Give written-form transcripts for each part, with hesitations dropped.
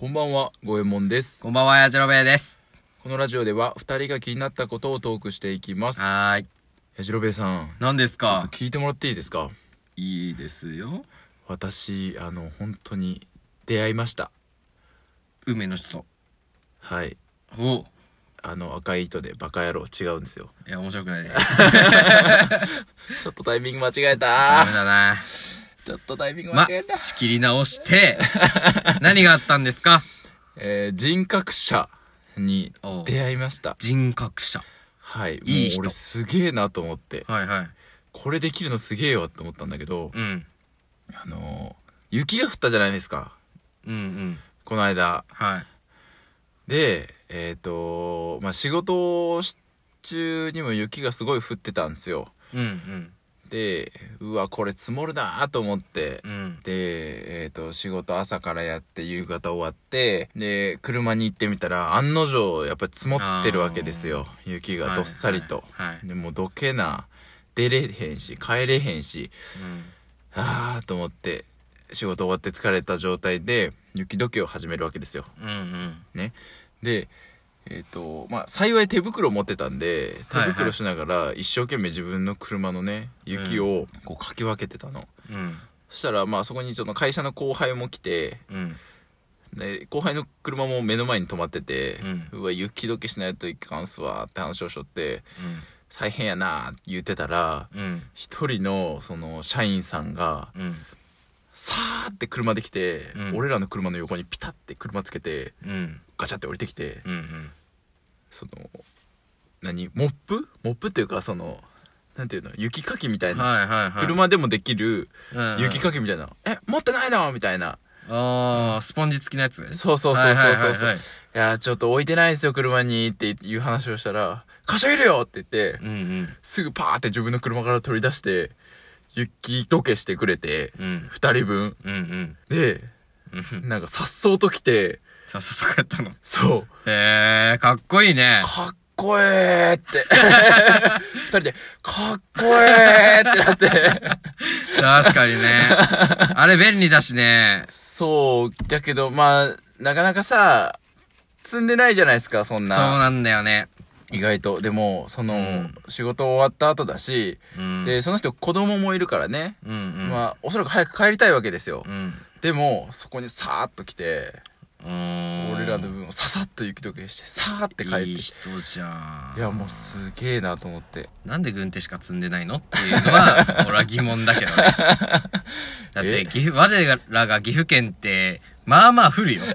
こんばんは、ごえもんです。 こんばんは、やじろべえです。 このラジオでは2人が気になったことをトークしていきます。 はーい。 やじろべえさん、 何ですちょっとか？ 聞いてもらっていいですか？ いいですよ。 私、本当に出会いました。 梅の人。 はい。 お、 赤い糸でバカ野郎違うんですよ。 いや、面白くないね。 ちょっとタイミング間違えダた。 メだな。 ちょっとタイミング間違えた。 仕切り直して、何があったんですか？ 人格者に出会いました。 人格者。 はい。 いい人。 もう俺すげえなと思って。 はいはい。 これできるのすげえよって思ったんだけど、 うん。 雪が降ったじゃないですか。 うんうん。 この間。 はい。 で、仕事中にも雪がすごい降ってたんですよ。 うんうん。 で、うわ、これ積もるなと思って。 うん。 で、仕事朝からやって夕方終わって、で、車に行ってみたら案の定やっぱり積もってるわけですよ。雪がどっさりと。 はい。 でもうどけな、出れへんし、帰れへんし、と思って、仕事終わって疲れた状態で雪解けを始めるわけですよ。 うんうんね。で、幸い手袋持ってたんで、手袋しながら一生懸命自分の車のね、雪をこうかき分けてたの。 うん。 そしたら、そこにその会社の後輩も来て、 うん。 で、後輩の車も目の前に止まってて、 うん。 わ、雪解けしないといかんすわって話をしとって、 うん。 大変やなって言ってたら、 うん。 一人のその社員さんが、 うん。 さーって車で来て、俺らの車の横にピタって車つけて、 うん。 ガチャって降りてきて、 うん。 その、モップっていうか、その、なんていうの、雪かきみたいな。 はいはいはい。 車でもできる雪かき。 きみたいな。持ってないのみたいな。 スポンジ付きのやつ。 そう。いや、ちょっと置いてないんですよ、車にっていう話をしたら、貸してあげるよって言って、すぐパーって自分の車から取り出して、雪解けしてくれて、二人分。で、なんかさっそうと来て、 さっそくやったの。 そう。 かっこいいね。 かっこえーって。二人で、かっこえーってなって。 確かにね。あれ便利だしね。 そう、だけど、なかなかさ、積んでないじゃないですか、そんな。 そうなんだよね。 意外と。でも、仕事終わった後だし、で、その人子供もいるからね。おそらく早く帰りたいわけですよ。でも、そこにさーっと来て、俺らの分をささっと雪解けして、さーって帰って。 いい人じゃん。 いや、もうすげえなと思って。 なんで軍手しか積んでないのっていうのは、俺は疑問だけどね。だって、我らが岐阜県って、まあまあ降るよ。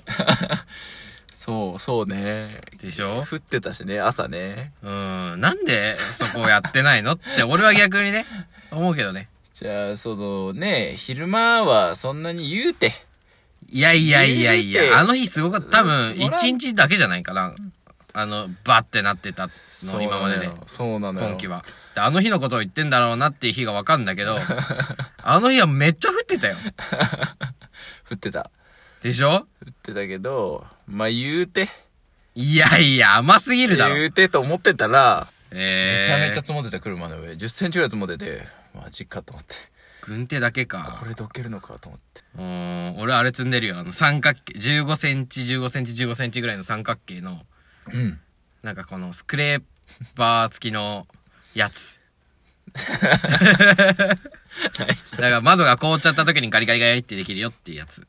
そうね。 でしょ？ 降ってたしね、朝ね。 なんでそこをやってないのって、俺は逆にね、思うけどね。 じゃあ、昼間はそんなに言うて。 いや、あの日すごかった。多分、一日だけじゃないかな。バってなってたの、今までね。 そうなのよ。 今季は。あの日のことを言ってんだろうなっていう日がわかんだけど、あの日はめっちゃ降ってたよ。 降ってた。 でしょ？ 降ってたけど、言うて。 いや、甘すぎるだろ。 言うてと思ってたら、 めちゃめちゃ積もってた車の上。10センチぐらい積もってて、マジかと思って。 軍手だけか。 これどけるのかと思って。 俺あれ積んでるよ。三角形、15センチ、15センチ、15センチぐらいの三角形の、なんかこのスクレーバー付きのやつ。だから窓が凍っちゃった時にガリガリガリってできるよっていうやつ。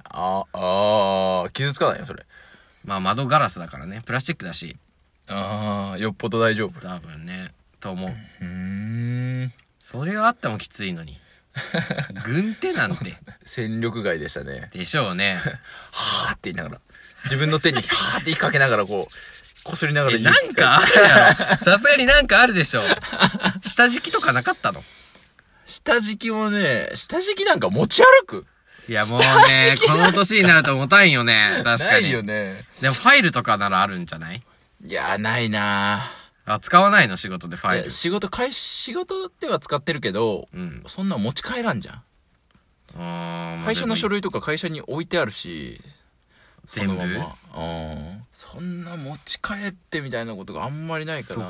傷つかないよ、それ。 窓ガラスだからね。プラスチックだし。 よっぽど大丈夫。 多分ね。と思う。それがあってもきついのに。軍手なんて。 戦力外でしたね。 でしょうね。 はーって言いながら。自分の手にはーって言いかけながらこすりながらなんかあるやろ。さすがになんかあるでしょ。下敷きとかなかったの？ 下敷きもね、下敷きなんか持ち歩く？ いやもうね、この年になると重たいよね。確かに。 ないよね。 でもファイルとかならあるんじゃない？ いや、ないな使わないの？仕事でファイル。 仕事では使ってるけど、そんな持ち帰らんじゃん。会社の書類とか会社に置いてあるし、 全部そんな持ち帰ってみたいなことがあんまりないから。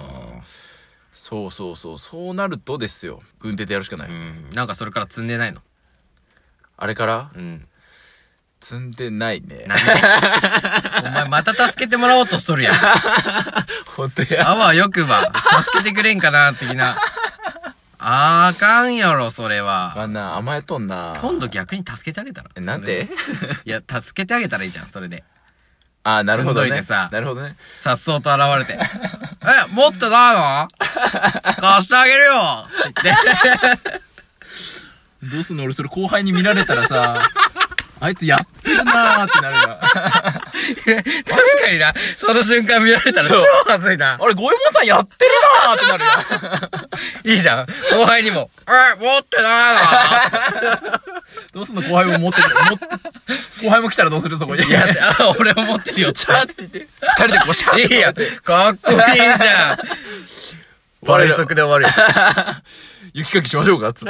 そうなるとですよ。軍手でやるしかない。 なんかそれから積んでないの？ あれから積んでないね。 なんでお前また助けてもらおうとしとるやん。 ほんとや。 あわよくば、助けてくれんかな、的な。あかんやろ、それは。 あんな、甘えとんな。 今度逆に助けてあげたら。 なんていや、助けてあげたらいいじゃん、それで。 ああ、なるほどね。 積んどいてさなるほどね。 さっそうと現れて。持ってないの貸してあげるよって言って。 どうすんの俺それ後輩に見られたらさ、あいつやってるなーってなるよ。 確かにな、その瞬間見られたら超まずいな。 あれ、ゴエモンさんやってるなーってなるよ。 いいじゃん。後輩にも、持ってないのどうすんの後輩も持ってる。後輩も来たらどうするそこに。 いや、俺も持ってるよ。 チャーって言って。二人でこうシャーって。 いいや、かっこいいじゃん。倍速で終わるよ。 雪かきしましょうかっつって。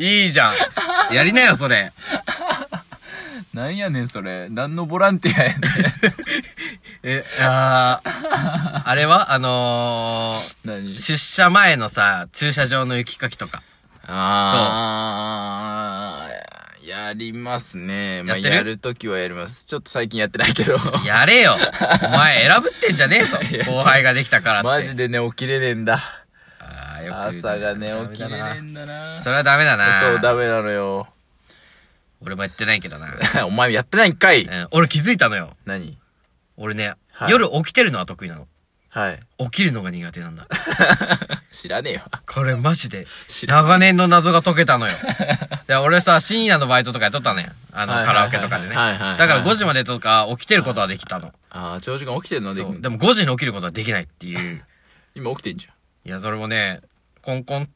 いいじゃん。やりなよ、それ。 なんやねん、それ。何のボランティアやねん。 あれは何出社前のさ、駐車場の雪かきとか。 やりますね。 やってるやるときはやります。ちょっと最近やってないけど。 やれよ。お前選ぶってんじゃねえぞ。後輩ができたからって。 マジでね、起きれねえんだ。 よく朝がね、起きれねえんだな。 それはダメだな。 そう、ダメなのよ。 俺もやってないけどな。 お前やってないんかい。 俺気づいたのよ。 何？ 俺ね、 はい夜起きてるのは得意なの。 はい。 起きるのが苦手なんだ。 知らねえよ。 これマジで、長年の謎が解けたのよ。いや、俺さ、深夜のバイトとかやっとったのよ。カラオケとかでね。だから5時までとか起きてることはできたの。 ああ、長時間起きてるのできる。 でも5時に起きることはできないっていう。 今起きてんじいや、それもね、コンコンって。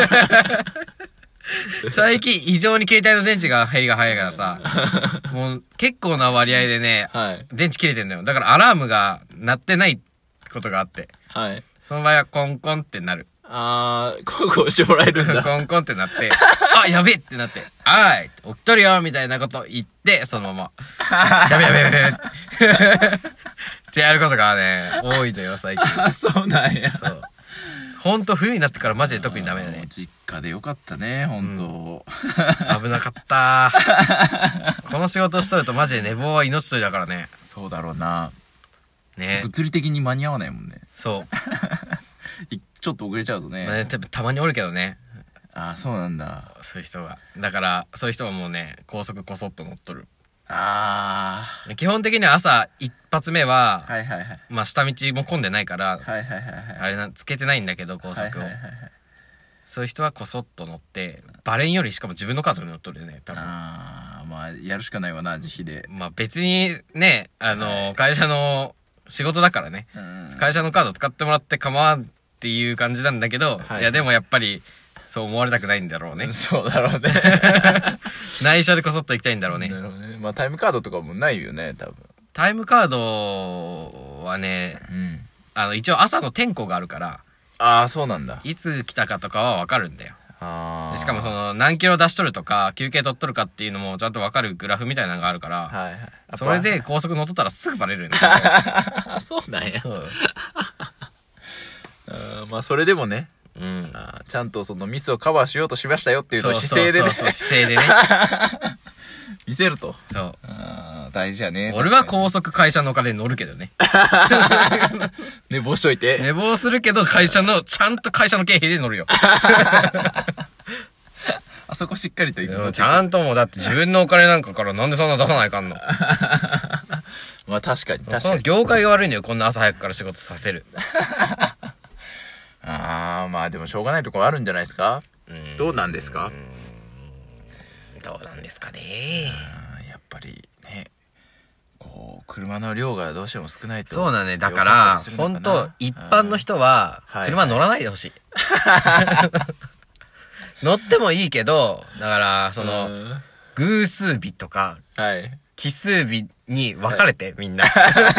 最近異常に携帯の電池が減りが早いからさ、もう結構な割合でね、電池切れてんのよ。だからアラームが鳴ってないことがあって。 はい。 その場合はコンコンってなる。 こうしてもらえるんだ。 コンコンってなって、やべえってなって、起きとるよみたいなこと言って、そのまま、やべってやることがね、多いのよ、最近。 そうなんや。 そう。ほんと冬になってからマジで特にダメだね。 実家でよかったね、ほんと。 危なかったこの仕事しとるとマジで寝坊は命取りだからね。 そうだろうな。 ね。 物理的に間に合わないもんね。 そう。 ちょっと遅れちゃうとね。 たまにおるけどね。 ああ、そうなんだ。 そういう人が。だから、そういう人はもうね、高速こそっと乗っとる。 ああ。基本的には朝一発目は、 まあ下道も混んでないから、 あれつけてないんだけど、高速を。そういう人はこそっと乗って、バレンよりしかも自分のカードに乗っとるよね、多分。 まあ、やるしかないわな、自費で。 まあ別にね、会社の仕事だからね。会社のカード使ってもらって構わんっていう感じなんだけど、いやでもやっぱり、そう思われたくないんだろうね。 そうだろうね。 内緒でこそっと行きたいんだろうね。 なるほどね。まあタイムカードとかもないよね、多分。 タイムカードはね、一応朝の点呼があるから。 ああ、そうなんだ。 いつ来たかとかはわかるんだよ。しかも何キロ出しとるとか、休憩取っとるかっていうのもちゃんとわかるグラフみたいなのがあるから、それで高速乗っとったらすぐバレるよね。 そうなんや。まあそれでもね。ちゃんとそのミスをカバーしようとしましたよっていうのを姿勢でね。 そう、姿勢でね。 見せると。 そう。 大事やね。 俺は高速会社のお金に乗るけどね。 寝坊しといて。 寝坊するけどちゃんと会社の経費で乗るよ。 あそこしっかりと行く。 ちゃんともうだって自分のお金なんかからなんでそんな出さないかんの。 まあ確かに。 この業界が悪いのよ、こんな朝早くから仕事させる。 まあでもしょうがないところあるんじゃないですか。どうなんですか。 どうなんですかね。 やっぱりね、こう車の量がどうしても少ないと。 そうだね。だから本当一般の人は車乗らないでほしい。乗ってもいいけど、だから偶数日とか奇数日に分かれて、みんな。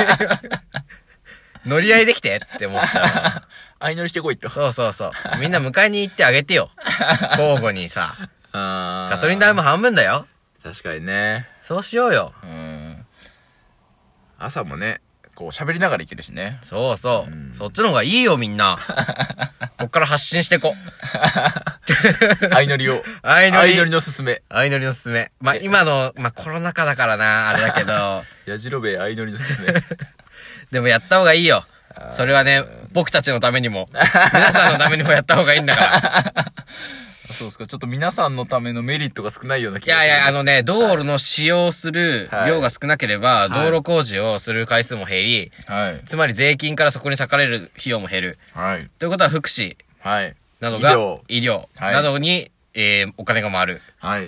乗り合いできてって思っちゃう。 相乗りしてこいと。 そう。みんな迎えに行ってあげてよ。交互にさ。ガソリン代も半分だよ。 確かにね。 そうしようよ。 朝もね、 こう喋りながらいけるしね。 そうそう。そっちの方がいいよ、みんな。こっから発信してこ。 相乗りを。 相乗りのすすめ。 相乗りのすすめ。まあ、今の、まあ、コロナ禍だからな、あれだけど。 やじろべえ相乗りのすすめ。 でもやった方がいいよ。それはね、僕たちのためにも、皆さんのためにもやった方がいいんだから。 そうですか。ちょっと皆さんのためのメリットが少ないような気がする。 いやいや、道路の使用する量が少なければ、道路工事をする回数も減り、つまり税金からそこに割かれる費用も減る。ということは福祉などが、医療などに、お金が回る。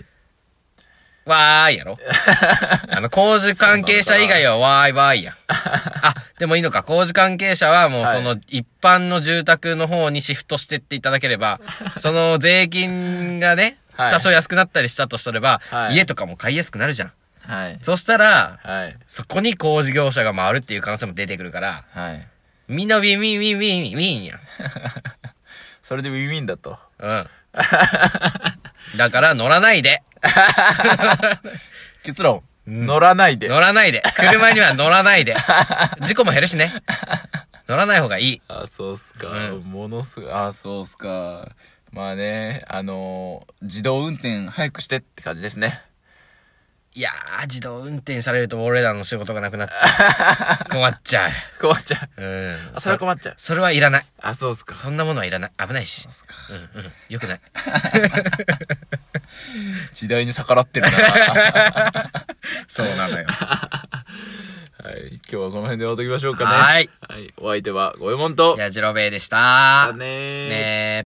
わーいやろ工事関係者以外はわーいわーいや。あ、でもいいのか。工事関係者はもうその一般の住宅の方にシフトしてっていただければ、その税金がね、多少安くなったりしたとすれば、家とかも買いやすくなるじゃん。そしたら、そこに工事業者が回るっていう可能性も出てくるから、みんなウィンウィンウィンウィンウィンやん。 それでウィンウィンだと。 だから乗らないで。 結論、乗らないで。 乗らないで。車には乗らないで。事故も減るしね。乗らない方がいい。 あ、そうっすか。ものすごい、あ、そうっすか。まあね、自動運転早くしてって感じですね。 いやー、自動運転されると俺らの仕事がなくなっちゃう。困っちゃう。 困っちゃう。あ、それは困っちゃう。 それはいらない。 あ、そうっすか。 そんなものはいらない。危ないし。そうっすか。よくない。 時代に逆らってるな。 そうなのよ。 はい。今日はこの辺で終わっときましょうかね。 はい。 はい。お相手は、ごえもんと、 やじろべえでした。 だねー。 ねー。